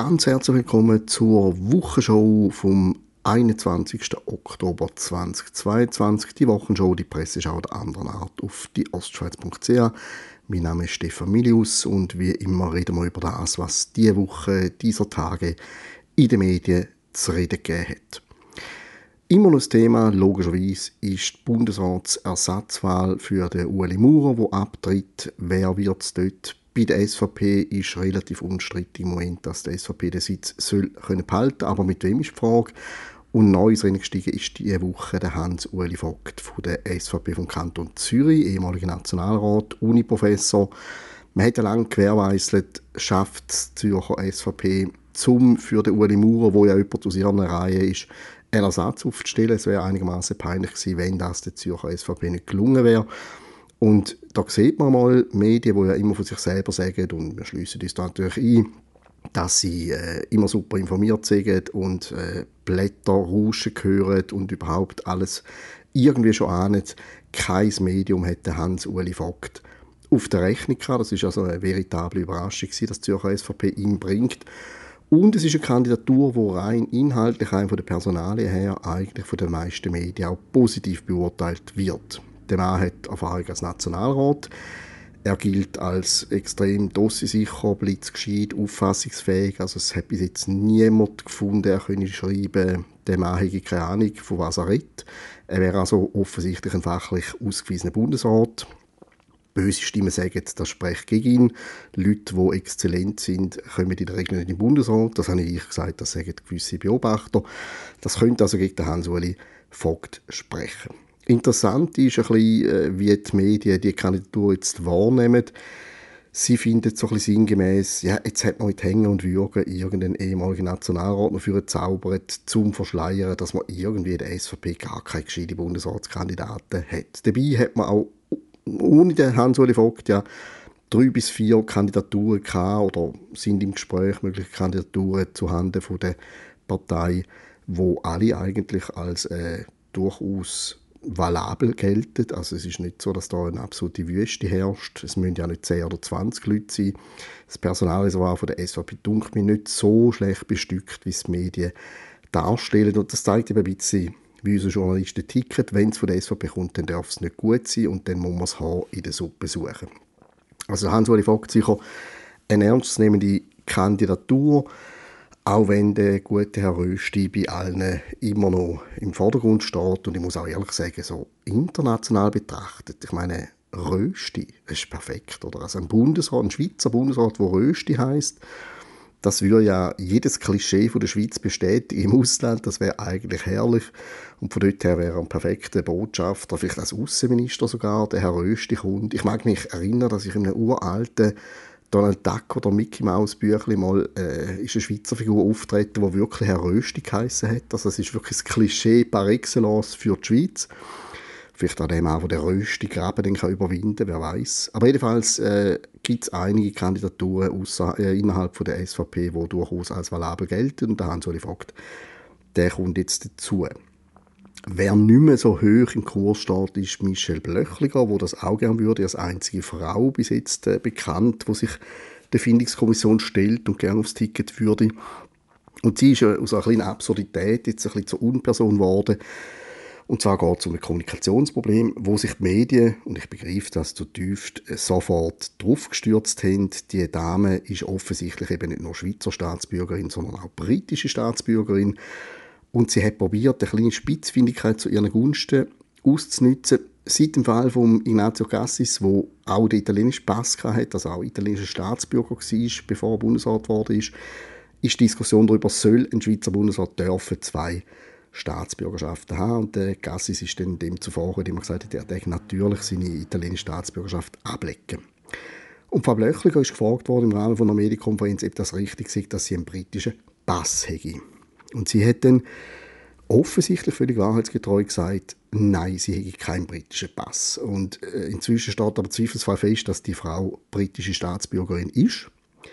ganz herzlich willkommen zur Wochenshow vom 21. Oktober 2022. Die Wochenshow, die Presseschau der anderen Art auf die Ostschweiz.ch. Mein Name ist Stefan Milius und wie immer reden wir über das, was diese Woche, dieser Tage in den Medien zu reden gegeben hat. Immer noch das Thema, logischerweise, ist die Bundesratsersatzwahl für den Ueli Maurer, der abtritt. Wer wird es dort? Bei der SVP ist relativ unstrittig im Moment, dass die SVP den Sitz behalten können. Aber mit wem ist die Frage? Und neu ist reingestiegen ist diese Woche der Hans-Ueli Vogt von der SVP vom Kanton Zürich, ehemaliger Nationalrat, Uniprofessor. Man hat ja lange gewährleistet, schafft die Zürcher SVP für den Ueli Maurer, der ja jemand aus ihrer Reihe ist, einen Ersatz aufzustellen. Es wäre einigermaßen peinlich gewesen, wenn das der Zürcher SVP nicht gelungen wäre. Und da sieht man mal Medien, die ja immer von sich selber sagen, und wir schliessen uns da natürlich ein, dass sie immer super informiert sind und Blätter rauschen hören und überhaupt alles irgendwie schon ahnen. Kein Medium hätte Hans-Ueli Vogt auf der Rechnung gehabt. Das ist also eine veritable Überraschung gewesen, dass die Zürcher SVP ihn bringt. Und es ist eine Kandidatur, die rein inhaltlich, rein von der Personalie her, eigentlich von den meisten Medien auch positiv beurteilt wird. Der Mann hat Erfahrung als Nationalrat. Er gilt als extrem dossiesicher, blitzgescheit, auffassungsfähig. Also es hat bis jetzt niemand gefunden, er könne schreiben, der Mann hätte keine Ahnung, von was er redet. Er wäre also offensichtlich ein fachlich ausgewiesener Bundesrat. Böse Stimmen sagen, das spricht gegen ihn. Leute, die exzellent sind, kommen in der Regel nicht in den Bundesrat. Das habe ich gesagt, das sagen gewisse Beobachter. Das könnte also gegen den Hans-Ueli Vogt sprechen. Interessant ist ein bisschen, wie die Medien die Kandidatur jetzt wahrnehmen. Sie finden so ein bisschen sinngemäß, ja, jetzt hat man mit Hängen und Würgen irgendeinen ehemaligen Nationalrat noch vorgezaubert, zum Verschleiern, dass man irgendwie in der SVP gar keine gescheite Bundesratskandidaten hat. Dabei hat man auch ohne den Hans-Ueli Vogt ja 3 bis 4 Kandidaturen gehabt oder sind im Gespräch mögliche Kandidaturen zuhanden von der Partei, wo alle eigentlich als durchaus valabel gelten. Also es ist nicht so, dass da eine absolute Wüste herrscht. Es müssen ja nicht 10 oder 20 Leute sein. Das Personalreservoir von der SVP dunkelt mir nicht so schlecht bestückt, wie es die Medien darstellen. Und das zeigt eben ein bisschen, wie unsere Journalisten ticken. Wenn es von der SVP kommt, dann darf es nicht gut sein und dann muss man das Haar in der Suppe suchen. Also Hans-Ueli Vogt sicher eine ernstzunehmende Kandidatur, auch wenn der gute Herr Rösti bei allen immer noch im Vordergrund steht. Und ich muss auch ehrlich sagen, so international betrachtet, ich meine, Rösti, das ist perfekt. Oder? Also ein Schweizer Bundesrat, der Rösti heisst, das würde ja jedes Klischee von der Schweiz bestätigen im Ausland. Das wäre eigentlich herrlich. Und von dort her wäre er ein perfekter Botschafter, vielleicht als Außenminister sogar, der Herr Rösti kommt. Ich mag mich erinnern, dass ich in einem uralten Donald Duck oder Mickey Mouse Büchlein mal ist eine Schweizer Figur auftreten, die wirklich Herr Rösti geheissen hat. Also das ist wirklich das Klischee par excellence für die Schweiz. Vielleicht auch dem auch, der Rösti Graben den kann überwinden, wer weiß. Aber jedenfalls gibt es einige Kandidaturen innerhalb von der SVP, die durchaus als valabel gelten. Und der Hans-Ueli Vogt, der kommt jetzt dazu. Wer nicht mehr so hoch im Kurs steht, ist Michelle Blöchliger, die das auch gerne würde, als einzige Frau bis jetzt bekannt, die sich der Findungskommission stellt und gerne aufs Ticket würde. Und sie ist aus einer kleinen Absurdität jetzt ein bisschen zur Unperson geworden. Und zwar geht es um ein Kommunikationsproblem, wo sich die Medien, und ich begreife das zutiefst, sofort draufgestürzt haben. Die Dame ist offensichtlich eben nicht nur Schweizer Staatsbürgerin, sondern auch britische Staatsbürgerin. Und sie hat probiert, eine kleine Spitzfindigkeit zu ihren Gunsten auszunutzen. Seit dem Fall von Ignazio Cassis, der auch den italienischen Pass hatte, also auch italienischer Staatsbürger war, bevor er Bundesrat geworden ist die Diskussion darüber, soll ein Schweizer Bundesrat dürfen 2 Staatsbürgerschaften haben. Und der Cassis ist dann dem zuvor, indem er gesagt hat, er darf natürlich seine italienische Staatsbürgerschaft ablegen. Und Frau Blöchliger ist gefragt worden im Rahmen von einer Medienkonferenz, ob das richtig ist, dass sie einen britischen Pass hätte. Und sie hat dann offensichtlich völlig wahrheitsgetreu gesagt, nein, sie hätte keinen britischen Pass. Und inzwischen steht aber zweifelsfrei fest, dass die Frau britische Staatsbürgerin ist.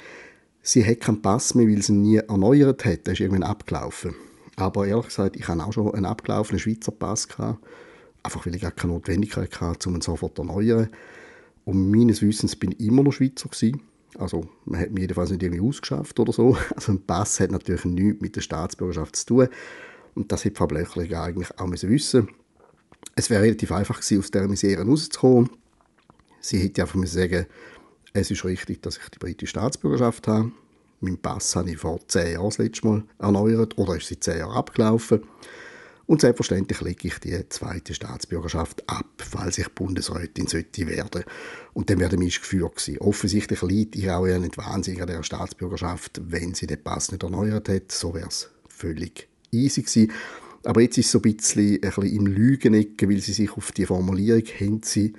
Sie hat keinen Pass mehr, weil sie ihn nie erneuert hat. Der ist irgendwann abgelaufen. Aber ehrlich gesagt, ich hatte auch schon einen abgelaufenen Schweizer Pass gehabt. Einfach weil ich gar keine Notwendigkeit hatte, um ihn sofort zu erneuern. Und meines Wissens bin ich immer noch Schweizer gewesen. Also man hat mich jedenfalls nicht irgendwie ausgeschafft oder so. Also ein Pass hat natürlich nichts mit der Staatsbürgerschaft zu tun. Und das hätte Frau Blöchling eigentlich auch wissen müssen. Es wäre relativ einfach gewesen, aus dieser Misere rauszukommen. Sie hätte einfach sagen müssen, es ist richtig, dass ich die britische Staatsbürgerschaft habe. Meinen Pass habe ich vor 10 Jahren das letzte Mal erneuert oder ist seit 10 Jahren abgelaufen. Und selbstverständlich lege ich die zweite Staatsbürgerschaft ab, falls ich Bundesrätin sollte werden. Und dann wäre mein Gefühl gewesen. Offensichtlich liegt ihr auch ja nicht wahnsinnig an dieser Staatsbürgerschaft, wenn sie den Pass nicht erneuert hat. So wäre es völlig easy gewesen. Aber jetzt ist es so ein bisschen im Lügenecke, weil sie sich auf die Formulierung haben sie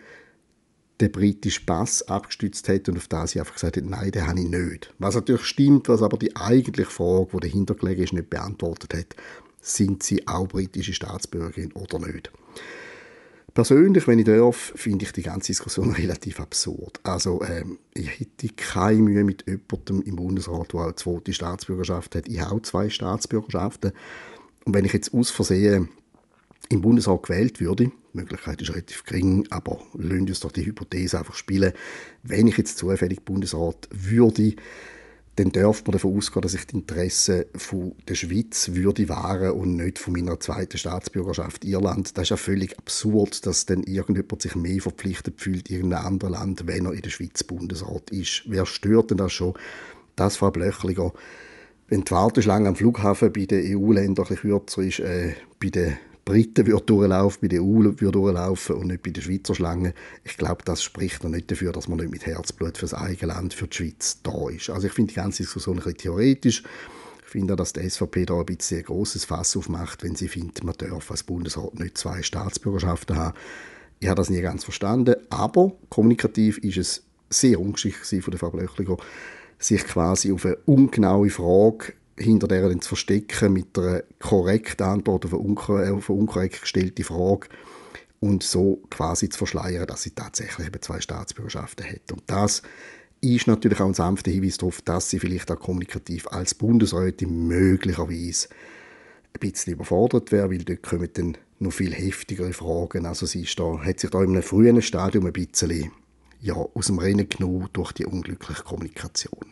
den britischen Pass abgestützt hat und auf das sie einfach gesagt hat, nein, den habe ich nicht. Was natürlich stimmt, was aber die eigentliche Frage, die dahinter gelegen ist, nicht beantwortet hat. Sind sie auch britische Staatsbürgerin oder nicht? Persönlich, wenn ich darf, finde ich die ganze Diskussion relativ absurd. Also ich hätte keine Mühe mit jemandem im Bundesrat, der auch eine zweite Staatsbürgerschaft hat. Ich habe auch 2 Staatsbürgerschaften. Und wenn ich jetzt aus Versehen im Bundesrat gewählt würde, die Möglichkeit ist relativ gering, aber lassen uns doch die Hypothese einfach spielen, wenn ich jetzt zufällig Bundesrat würde, dann darf man davon ausgehen, dass ich die Interessen von der Schweiz würde wahren und nicht von meiner zweiten Staatsbürgerschaft Irland. Das ist ja völlig absurd, dass dann irgendjemand sich mehr verpflichtet fühlt in irgendeinem anderen Land, wenn er in der Schweiz Bundesrat ist. Wer stört denn das schon? Das, Frau Blöchliger, wenn die Warteschlange am Flughafen bei den EU-Ländern ein bisschen kürzer ist, bei den Briten würde durchlaufen, bei der EU würde durchlaufen und nicht bei den Schweizer Schlangen. Ich glaube, das spricht noch nicht dafür, dass man nicht mit Herzblut für das eigene Land, für die Schweiz da ist. Also ich finde die ganze Diskussion ein bisschen theoretisch. Ich finde auch, dass die SVP da ein bisschen ein grosses Fass aufmacht, wenn sie findet, man darf als Bundesrat nicht 2 Staatsbürgerschaften haben. Ich habe das nie ganz verstanden, aber kommunikativ ist es sehr ungeschickt von der Frau Blöchliger, sich quasi auf eine ungenaue Frage hinter der dann zu verstecken mit einer korrekten Antwort auf eine unkorrekt gestellte Frage und so quasi zu verschleiern, dass sie tatsächlich eben 2 Staatsbürgerschaften hat. Und das ist natürlich auch ein sanfter Hinweis darauf, dass sie vielleicht auch kommunikativ als Bundesrätin möglicherweise ein bisschen überfordert wäre, weil dort kommen dann noch viel heftigere Fragen. Also sie ist da, hat sich da in einem frühen Stadium ein bisschen aus dem Rennen genommen durch die unglückliche Kommunikation.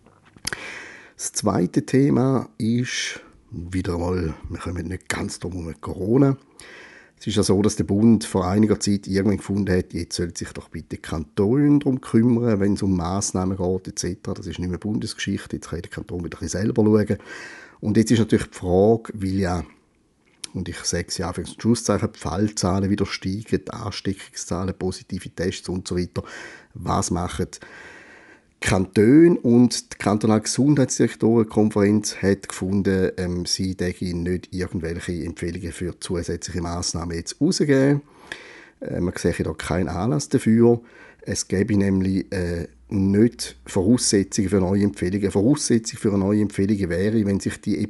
Das zweite Thema ist wieder mal, wir kommen nicht ganz drum herum, Corona. Es ist ja so, dass der Bund vor einiger Zeit irgendwann gefunden hat, jetzt sollen sich doch bitte die Kantone darum kümmern, wenn es um Massnahmen geht etc. Das ist nicht mehr Bundesgeschichte, jetzt kann der Kanton wieder ein bisschen selber schauen. Und jetzt ist natürlich die Frage, weil ja, und ich sage es ja für das Schlusszeichen, die Fallzahlen wieder steigen, die Ansteckungszahlen, positive Tests und so weiter. Was machen Kantone? Und die kantonale Gesundheitsdirektorenkonferenz hat gefunden, sie dürfen nicht irgendwelche Empfehlungen für zusätzliche Massnahmen jetzt rausgeben. Man sehe da keinen Anlass dafür. Es gäbe nämlich nicht Voraussetzungen für neue Empfehlungen. Voraussetzung für eine neue Empfehlung wäre, wenn sich die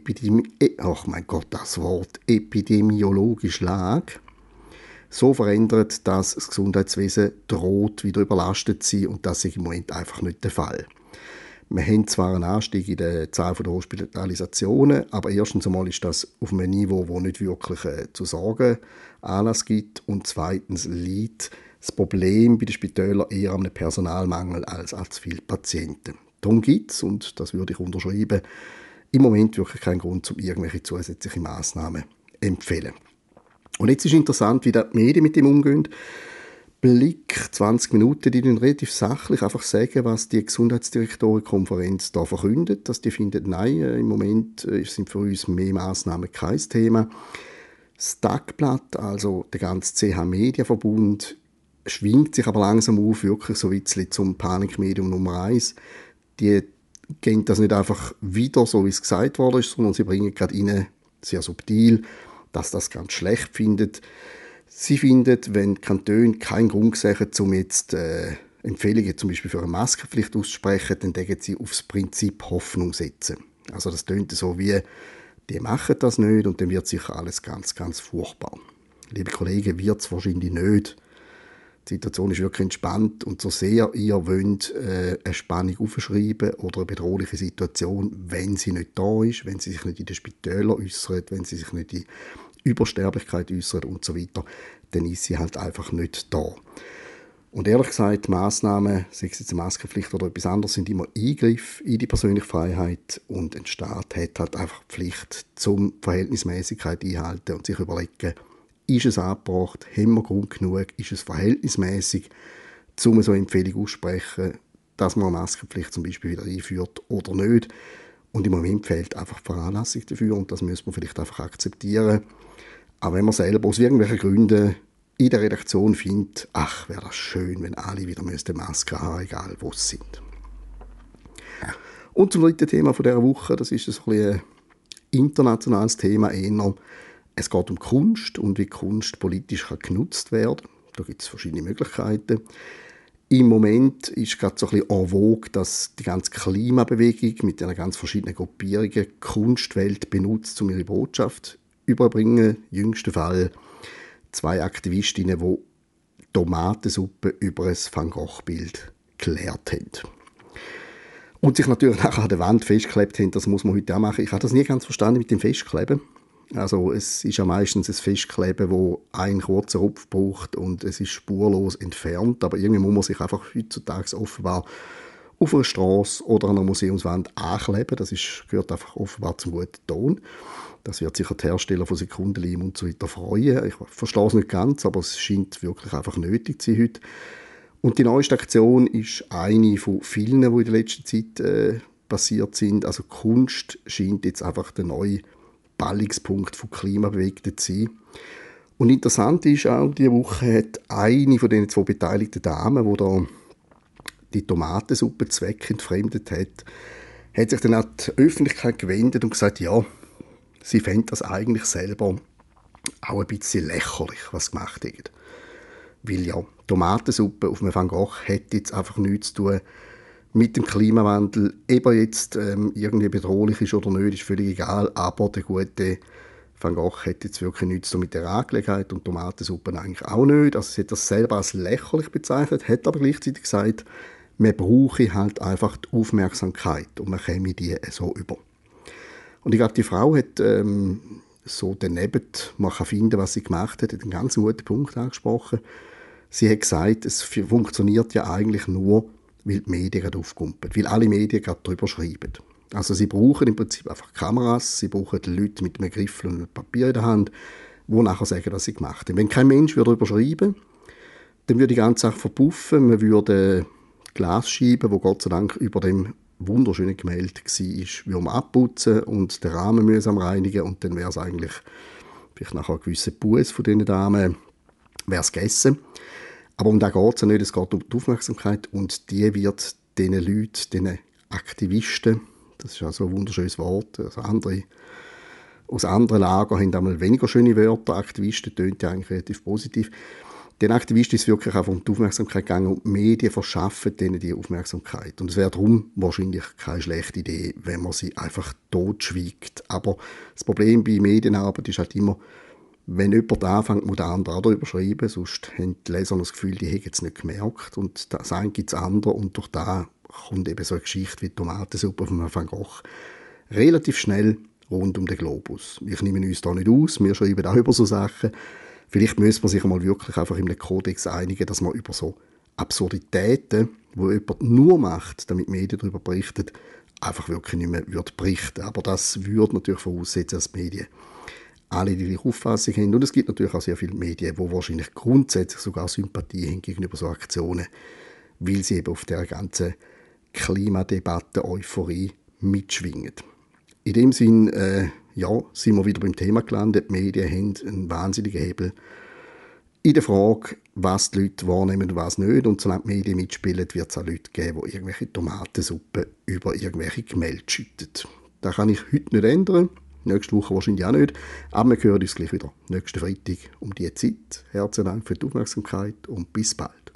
epidemiologische Lage so verändert, dass das Gesundheitswesen droht, wieder überlastet zu sein, und das ist im Moment einfach nicht der Fall. Wir haben zwar einen Anstieg in der Zahl der Hospitalisationen, aber erstens einmal ist das auf einem Niveau, wo nicht wirklich zu Sorgen Anlass gibt, und zweitens liegt das Problem bei den Spitälern eher an einem Personalmangel als an zu vielen Patienten. Darum gibt es, und das würde ich unterschreiben, im Moment wirklich keinen Grund, um irgendwelche zusätzlichen Massnahmen zu empfehlen. Und jetzt ist interessant, wie die Medien mit dem umgehen. Blick, 20 Minuten, die dann relativ sachlich einfach sagen, was die Gesundheitsdirektorenkonferenz da verkündet, dass die findet, nein, im Moment sind für uns mehr Massnahmen kein Thema. Das Tagblatt, also der ganze CH-Media-Verbund, schwingt sich aber langsam auf, wirklich so ein bisschen zum Panikmedium Nummer 1. Die gehen das nicht einfach wieder, so wie es gesagt worden ist, sondern sie bringen gerade rein, sehr subtil, dass das ganz schlecht findet. Sie findet, wenn die Kantone keinen Grund sehen, um jetzt Empfehlungen zum Beispiel für eine Maskenpflicht auszusprechen, dann denken sie aufs Prinzip Hoffnung setzen. Also das tönt so wie, die machen das nicht und dann wird sicher alles ganz, ganz furchtbar. Liebe Kollegen, wird es wahrscheinlich nicht. Die Situation ist wirklich entspannt, und so sehr ihr wollt eine Spannung aufschreiben oder eine bedrohliche Situation, wenn sie nicht da ist, wenn sie sich nicht in den Spitälern äußert, wenn sie sich nicht in Übersterblichkeit äußert und so weiter, dann ist sie halt einfach nicht da. Und ehrlich gesagt, Massnahmen, sei es jetzt eine Maskenpflicht oder etwas anderes, sind immer Eingriff in die persönliche Freiheit. Und ein Staat hat halt einfach die Pflicht, zum Verhältnismäßigkeit einhalten und sich überlegen, ist es angebracht, haben wir Grund genug, ist es verhältnismäßig, um so eine Empfehlung aussprechen, dass man eine Maskenpflicht zum Beispiel wieder einführt oder nicht. Und im Moment fehlt einfach die Veranlassung dafür und das müssen wir vielleicht einfach akzeptieren. Aber wenn man selber aus irgendwelchen Gründen in der Redaktion findet, ach, wäre das schön, wenn alle wieder Maske haben, egal wo sie sind. Und zum dritten Thema von dieser Woche, das ist ein internationales Thema eher. Es geht um Kunst und wie Kunst politisch genutzt werden kann. Da gibt es verschiedene Möglichkeiten. Im Moment ist gerade so ein bisschen en vogue, dass die ganze Klimabewegung mit einer ganz verschiedenen Gruppierungen die Kunstwelt benutzt, um ihre Botschaft zu überbringen. Im jüngsten Fall 2 Aktivistinnen, die Tomatensuppe über ein Van Gogh-Bild gelehrt haben. Und sich natürlich nachher an der Wand festgeklebt haben, das muss man heute auch machen. Ich habe das nie ganz verstanden mit dem Festkleben. Also es ist ja meistens ein Festkleben, wo einen kurzen Rupf braucht und es ist spurlos entfernt. Aber irgendwie muss man sich einfach heutzutage offenbar auf einer Strasse oder an einer Museumswand ankleben. Das gehört einfach offenbar zum guten Ton. Das wird sicher die Hersteller von Sekundenleim und so weiter freuen. Ich verstehe es nicht ganz, aber es scheint wirklich einfach nötig zu sein heute. Und die neueste Aktion ist eine von vielen, die in der letzten Zeit passiert sind. Also Kunst scheint jetzt einfach der neue Ballungspunkt von Klimabewegten zu sein. Und interessant ist auch, diese Woche hat eine von den 2 beteiligten Damen, die da die Tomatensuppe zweckentfremdet hat sich dann an die Öffentlichkeit gewendet und gesagt, ja, sie fände das eigentlich selber auch ein bisschen lächerlich, was sie gemacht haben. Weil ja, Tomatensuppe auf einem Van Gogh hat jetzt einfach nichts zu tun mit dem Klimawandel. Ob er jetzt irgendwie bedrohlich ist oder nicht, ist völlig egal. Aber der gute Van Gogh hat jetzt wirklich nichts zu tun mit der Angelegenheit und Tomatensuppe eigentlich auch nicht. Also sie hat das selber als lächerlich bezeichnet, hat aber gleichzeitig gesagt, man brauche halt einfach die Aufmerksamkeit und man käme die so über. Und ich glaube, die Frau hat so daneben, man kann finden, was sie gemacht hat einen ganz guten Punkt angesprochen. Sie hat gesagt, es funktioniert ja eigentlich nur, weil die Medien gerade aufkumpeln, weil alle Medien gerade darüber schreiben. Also sie brauchen im Prinzip einfach Kameras, sie brauchen Leute mit einem Griffel und einem Papier in der Hand, die nachher sagen, was sie gemacht haben. Wenn kein Mensch darüber schreiben würde, dann würde die ganze Sache verpuffen, man würde Glasscheiben, die Gott sei Dank über dem wunderschönen Gemälde war, würde man abputzen und den Rahmen mühsam reinigen und dann wäre es eigentlich vielleicht nachher ein gewisser Buß von diesen Damen, wäre es gegessen. Aber um das geht es ja nicht, es geht um die Aufmerksamkeit und die wird diesen Leuten, diesen Aktivisten, das ist also ein wunderschönes Wort, also andere, aus anderen Lagern haben einmal weniger schöne Wörter, Aktivisten tönt ja eigentlich relativ positiv. Den Aktivisten ist es wirklich auch um die Aufmerksamkeit gegangen und die Medien verschaffen denen die Aufmerksamkeit. Und es wäre darum wahrscheinlich keine schlechte Idee, wenn man sie einfach totschweigt. Aber das Problem bei Medienarbeit ist halt immer, wenn jemand anfängt, muss der andere auch darüber schreiben, sonst haben die Leser das Gefühl, die hätten es nicht gemerkt. Und das eine gibt es andere und durch das kommt eben so eine Geschichte wie Tomatensuppe auf einem Van Gogh relativ schnell rund um den Globus. Ich nehme uns da nicht aus, wir schreiben auch über so Sachen. Vielleicht müsste man sich einmal wirklich einfach in einem Kodex einigen, dass man über so Absurditäten, die jemand nur macht, damit Medien darüber berichten, einfach wirklich nicht mehr berichten würde. Aber das würde natürlich voraussetzen, dass die Medien alle die gleiche Auffassung haben. Und es gibt natürlich auch sehr viele Medien, die wahrscheinlich grundsätzlich sogar Sympathie haben gegenüber so Aktionen, weil sie eben auf der ganzen Klimadebatte-Euphorie mitschwingen. In dem Sinn, sind wir wieder beim Thema gelandet. Die Medien haben einen wahnsinnigen Hebel in der Frage, was die Leute wahrnehmen und was nicht. Und solange die Medien mitspielen, wird es auch Leute geben, die irgendwelche Tomatensuppe über irgendwelche Gemälde schütten. Das kann ich heute nicht ändern. Nächste Woche wahrscheinlich auch nicht. Aber wir hören uns gleich wieder nächsten Freitag um diese Zeit. Herzlichen Dank für die Aufmerksamkeit und bis bald.